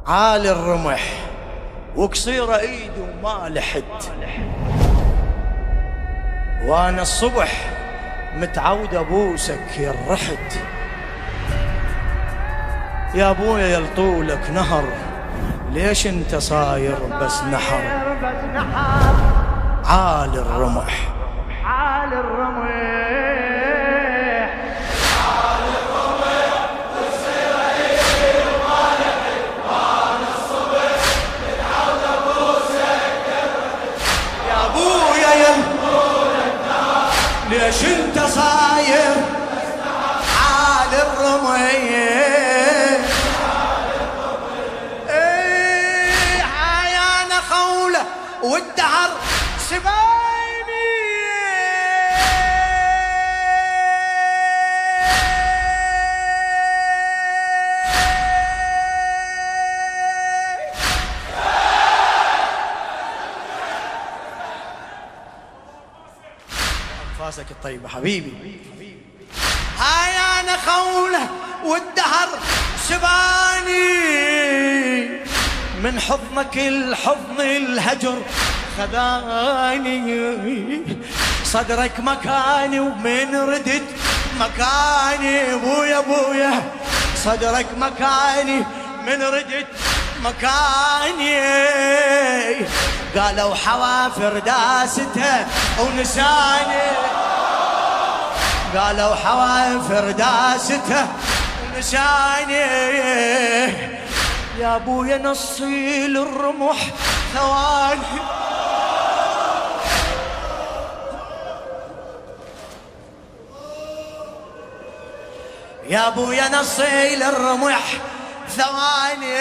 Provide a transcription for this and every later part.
عالي الرمح وقصيرة ايدي وما لحد، وانا الصبح متعود ابوسك يا الرحد. يا ابويا يلطولك نهر ليش انت صاير بس نحر، عالي الرمح عالي الرمح ليش انت صاير عالي الرمية، ايه عيانا خولة والدهر سبايني. انفاسك الطيبة حبيبي. هاي انا خولة والدهر سباني، من حضنك الحضن الهجر خذاني، صدرك مكاني ومن ردت مكاني. بويا بويا صدرك مكاني من ردت مكاني. قالوا حوافر داستها ونساني، قالوا حوافر داستها ونساني. يا ابويا نصيل الرمح ثواني، يا ابويا نصيل الرمح ثواني.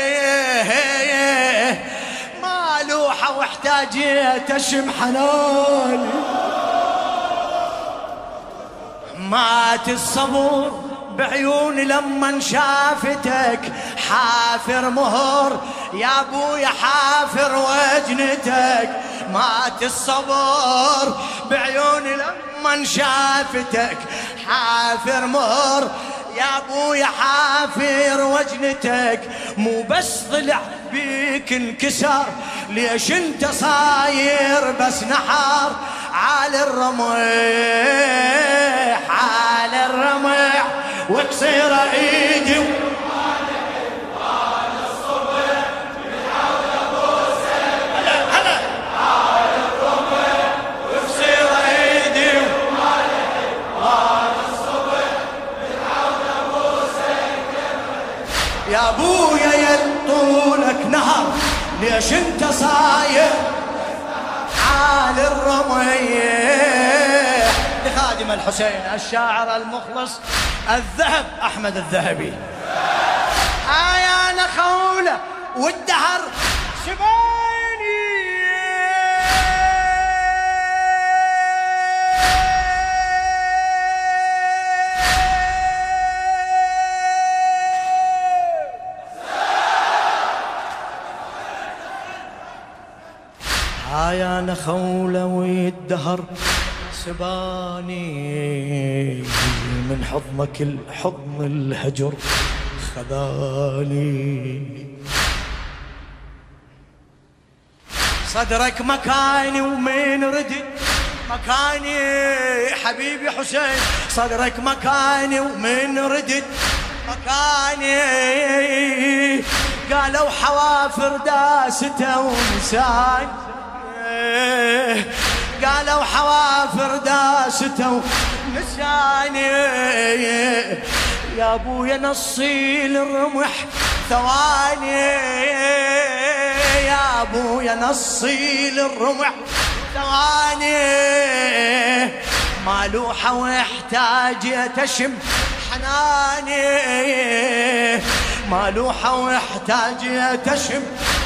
مالوحة واحتاجيت اشم حناني، مات الصبر بعيوني لما شافتك حافر مهر. يا ابويا حافر وجنتك، مات الصبر بعيوني لما شافتك حافر مهر. يا ابويا حافر وجنتك، مو بس ضلع بيك انكسر. ليش انت صاير بس نحر عالي الرمح، عالي الرمح وقصيرة ايدي يا ابويا يلطولك نهر ليش انت صاير عالي الرمية. لخادم الحسين الشاعر المخلص الذهب أحمد الذهبي. انا خولة والدهر سباني، انا خولة والدهر سباني، من حضنك الحضن الهجر خذاني. صدرك مكاني ومن ردت مكاني حبيبي حسين، صدرك مكاني ومن ردت مكاني. قالوا حوافر داسته ونساني، قالوا حوافر داسته ونساني. يا ابويا نصيل الرمح ثواني، يا ابويا نصيل الرمح ثواني. مالوحة واحتاجت اشم حناني، مالوحة واحتاجت اشم.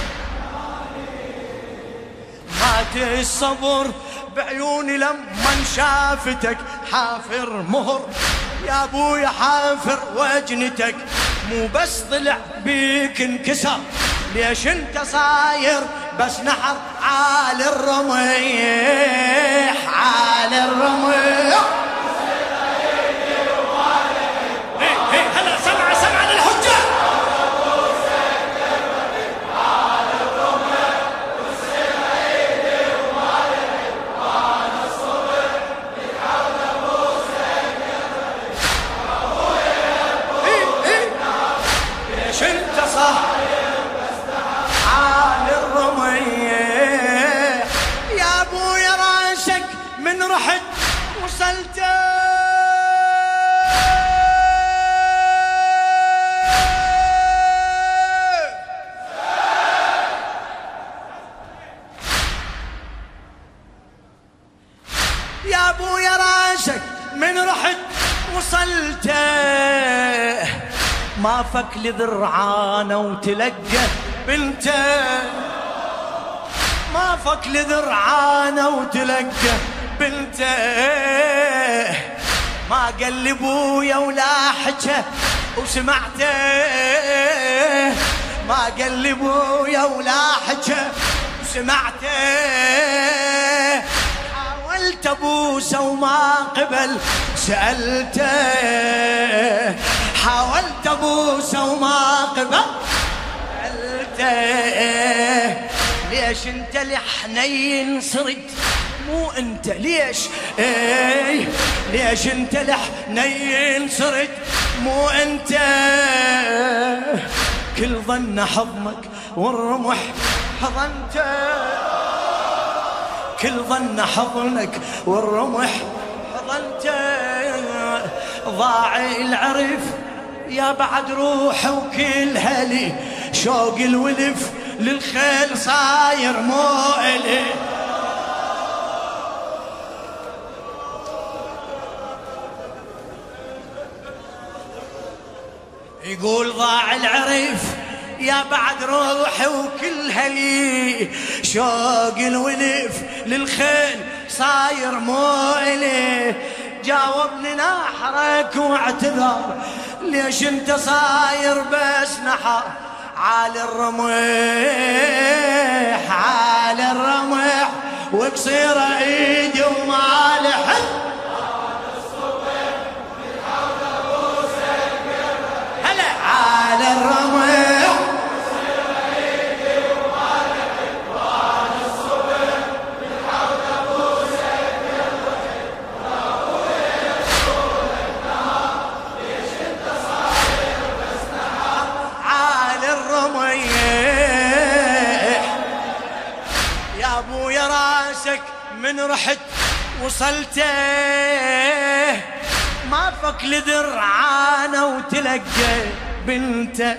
مات الصبر بعيوني لما شافتك حافر مهر. يا ابويا حافر وجنتك، مو بس ضلع بيك انكسر. ليش انت صاير بس نحر عالي الرميح، عالي الرميح. هلا سمع للحجة. وصلته ما فك لذرعانه وتلقى بنته، ما فك لذرعانه وتلقى بنته، ما قال لابويا ولا حكى وسمعته، ما قال لابويا ولا حكى وسمعته، حاولت ابوسه وما قبل سألته، حاولت ابوسه وما قبل سألته، ليش انت لحنين صرت مو انت، ليش ليش انت لحنين صرت مو انت، كل ظن حضنك والرمح حضنته، كل ظن حضنك والرمح حضنته، ضاع العرف يا بعد روحه وكلها لي، شوق الولف للخيل صاير مو إلي، يقول ضاع العرف يا بعد روحي وكلها لي، شوق الولف للخيل صاير مو إلي، جاوبني نحرك واعتذر، ليش انت صاير بس نحر عالي الرمح، عالي الرمح وقصيرة ايدي وما لحد، هلا عالي الرمح وقصيرة ايدي وما لحد، وانا الصبح من حول ابوسك يضحك، وابويا يقولك نهار، ليش انت صاير بس نهار عالي الرمح، يا ابويا راسك من رحت وصلته، ما فك لذرعانه وتلقى بنته،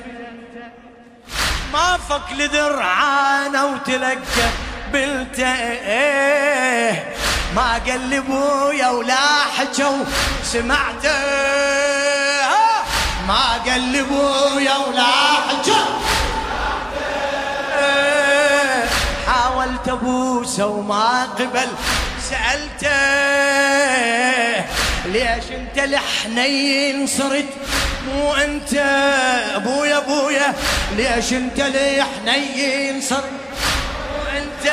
ما فك لذرعانه وتلقى بنته، ما قال لابويا ولا حكى سمعته، ما قال لابويا ولا حكى، حاولت ابوسه وما قبل سألته، ليش انت لحنين صرت مو انت، ابويا ابويا ليش انت لحنين صرت مو انت،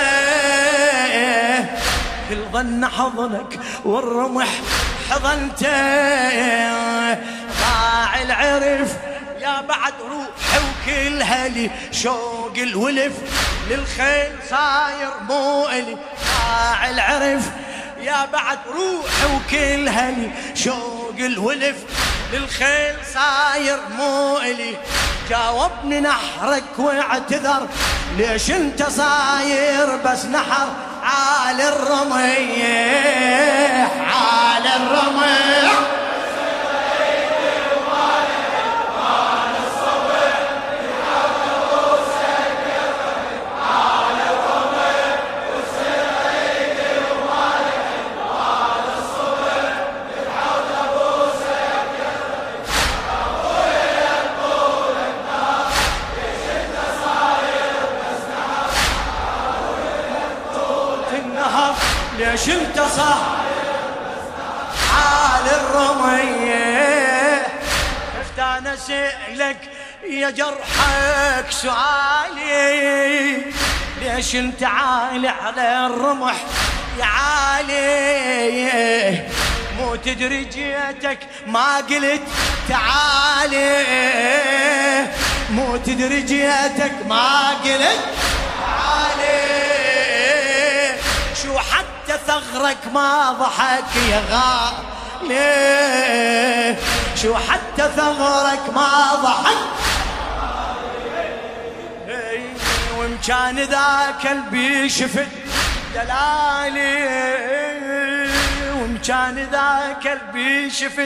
كل ظن حضنك والرمح حضنته، ضاع العرف يا بعد روحي وكلها لي، شوق الولف للخيل صاير مو إلي، ضاع العرف يا بعد روحي وكلها لي، شوق الولف للخيل صاير مو إلي، جاوبني نحرك واعتذر، ليش انت صاير بس نحر عالي الرميح، عالي الرميح ليش انت صاير عالي الرميح، شفت انا سألك يا جرحك سؤالي، ليش انت عالي على الرمح يا عالي، مو تدري جيتك ما قلت تعالي، مو تدري جيتك ما قلت تعالي، شو حتى ثغرك ما ضحك يا غالي، شو حتى ثغرك ما ضحك، ومكان ذاك قلبي شفت دلالي، ومكان ذاك قلبي شفت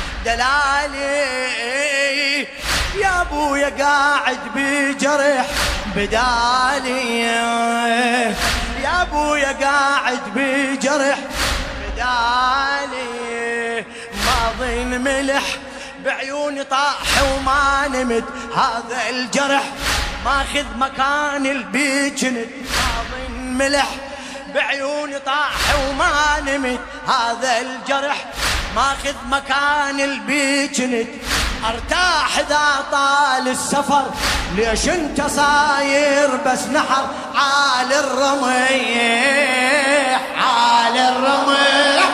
دلالي، يا ابويا قاعد بجرح بدالي، يا ابويا قاعد بجرح بدالي، ماضي ملح بعيوني طاح وما نمت، هذا الجرح ماخذ مكان البيجنت. حاضن ملح بعيوني طاح وما نمت، هذا الجرح ماخذ مكان البيجنت. ارتاح اذا طال السفر، ليش انت صاير بس نحر عال الرميح، عال الرميح.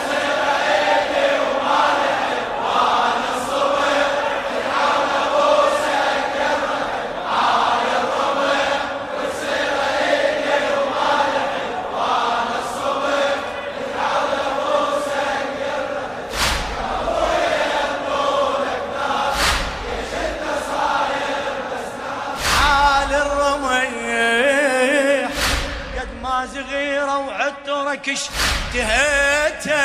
صغيرة وعطرك اشتهيته،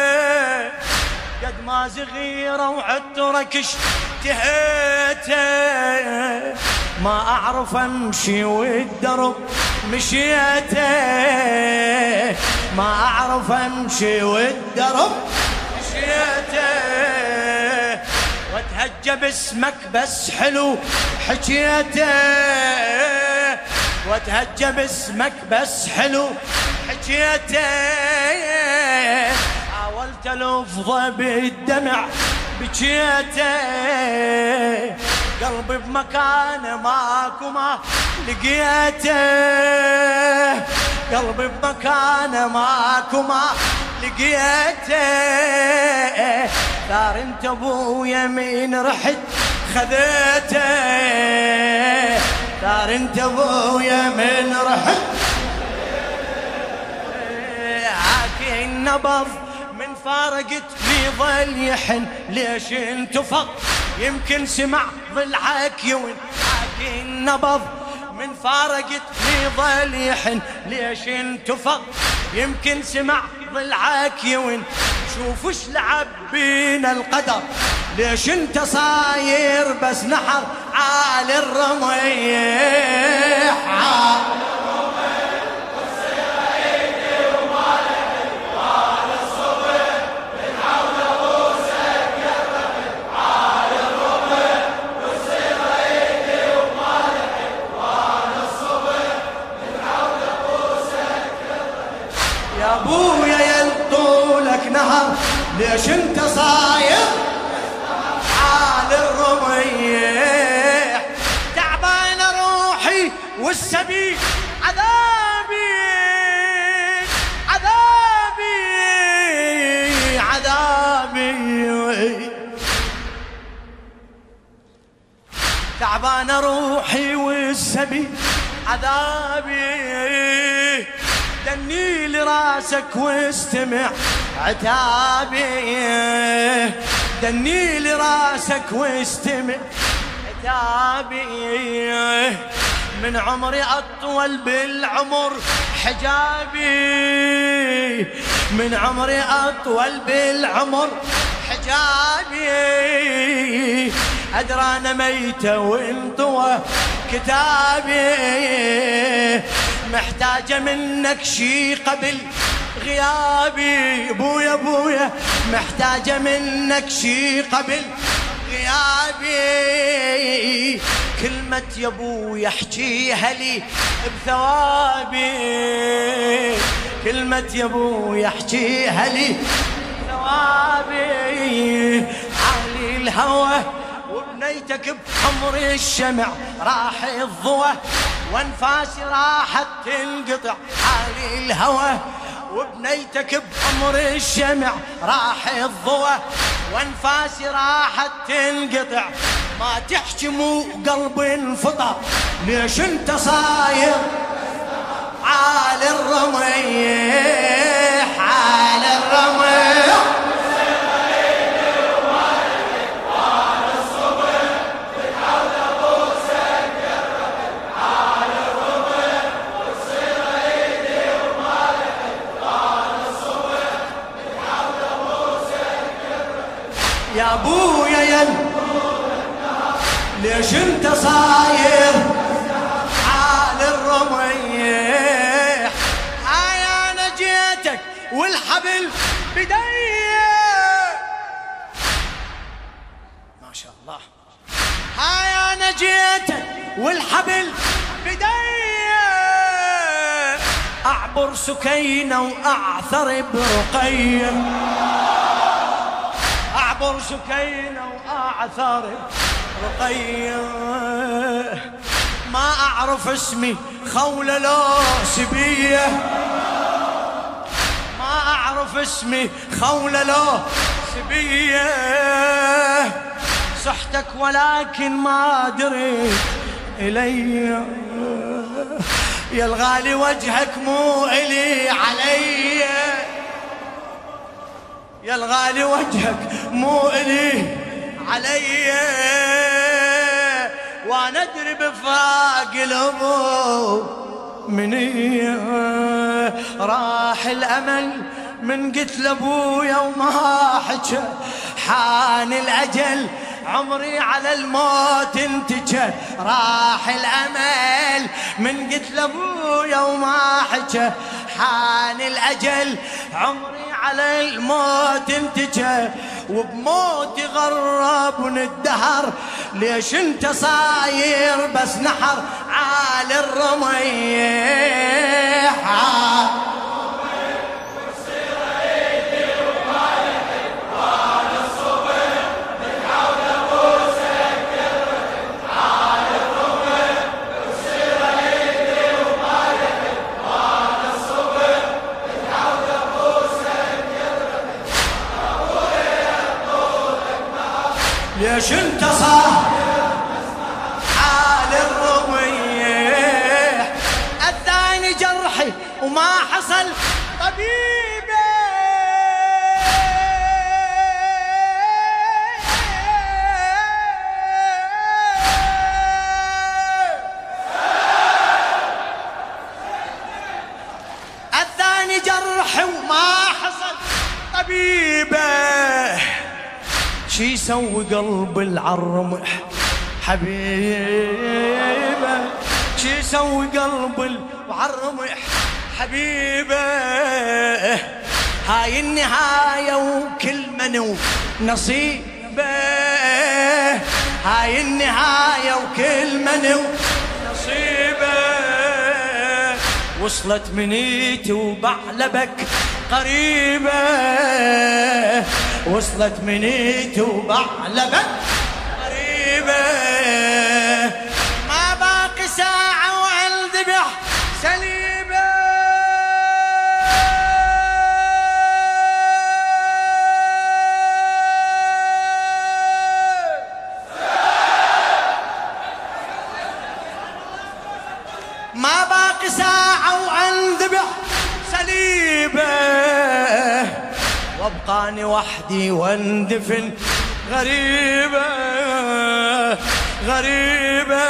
قد ما صغيرة وعطرك اشتهيته. ما أعرف أمشي والدرب مشيته، ما أعرف أمشي والدرب مشيته. واتهجى باسمك بس حلو حكيته، واتهجى باسمك بس حلو حكيته. حاولت الفظه بالدمع بكيته، قلبي بمكانه ماكو ما لقيته، قلبي بمكانه ماكو ما لقيته. ثار انت ابويا من رحت خذيته، ثار انت ابويا من رحت. هاكي النبض من فارقت لي ظل يحن، ليش انتفض يمكن سمع ضلعك يون. هاكي النبض من فارقت لي ظل يحن، ليش انتفض يمكن سمع ضلعك يون. شوف اش لعب بينا القدر، ليش انت صاير بس نحر عال الرميح، عال الرميح. والسير ايدي ومالك وعلى الصبح من حول ابوسك يرتفع، عال الرميح. والسير ايدي ومالك وعلى الصبح من حول ابوسك يرتفع. يا ابويا يلطولك نهر، ليش انت صاير عال الرميح. تعبان روحي والسبيل عذابي، عذابي، عذابي. تعبان روحي والسبيل عذابي. دني لراسك واستمع عتابي، دني لراسك واستمع عتابي. من عمري أطول بالعمر حجابي، من عمري أطول بالعمر حجابي. أدرى أنا ميتة وانطوى كتابي، محتاجة منك شي قبل غيابي. بويا بويا محتاجة منك شي قبل غيابي. كلمة يا بويا احجيها لي بثوابي، كلمة يا بويا احجيها لي بثوابي. عالي الهوى وبنيتك بحمر الشمع راح الضوى، وانفاسي راحت تنقطع. عالي الهوى وبنيتك بحمر الشمع راح الضوى، وانفاسي راحت تنقطع. ما تحكي مو قلبي انفطر، ليش انت صاير عال الرميح، عال الرميح. يا ابويا يل ليش انت صاير عال الرميح. هاي انا جيتك والحبل بدي، ما شاء الله. هاي انا جيتك والحبل بدي اعبر سكينة واعثر برقية، اعبر سكينة واعثر برقية. ما اعرف اسمي خولة لو سبية، ما اعرف اسمي خولة لو سبية. صحتك ولكن ما دريت إلي، يا الغالي وجهك مو إلي علي، يا الغالي وجهك مو إلي علي. وانا ادري بفراق الابو مني، راح الامل من قلت لابويا وما حكى، حان الاجل عمري على الموت انتجى. راح الامل من قلت لابويا وما حكى، حان الاجل عمري على الموت انتجى. وبموتي غرب الدهر، ليش انت صاير بس نحر عالي الرميح. ليش انت صاحب حال الرميح. اذاني جرحي وما حصل طبيبي، اذاني جرحي وما حصل طبيبه. شي يسوي قلب العرمح حبيبه، شي يسوي قلب العرمح حبيبه. هاي النهاية وكل من نصيبه، هاي النهاية وكل من نصيبه. وصلت منيتي وبعلبك قريبة، وصلت منيتي وبعلبك قريبة. ما باقي ساعة وانذبح سليبة. ما باقي ساعة وانذبح سليبة. وابقاني وحدي واندفن غريبة، غريبة.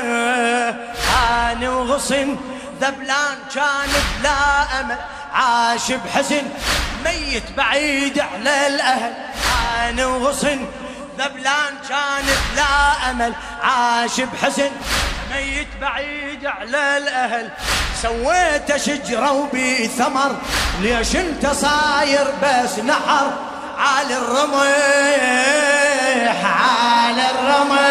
اني وغصن ذبلان كان بلا امل، عاش بحزن ميت بعيد على الاهل. اني وغصن ذبلان كان بلا امل، عاش بحزن ميت بعيد على الاهل. سويت شجرة وبي ثمر، ليش انت صاير بس نحر عالي الرميح، عالي الرميح.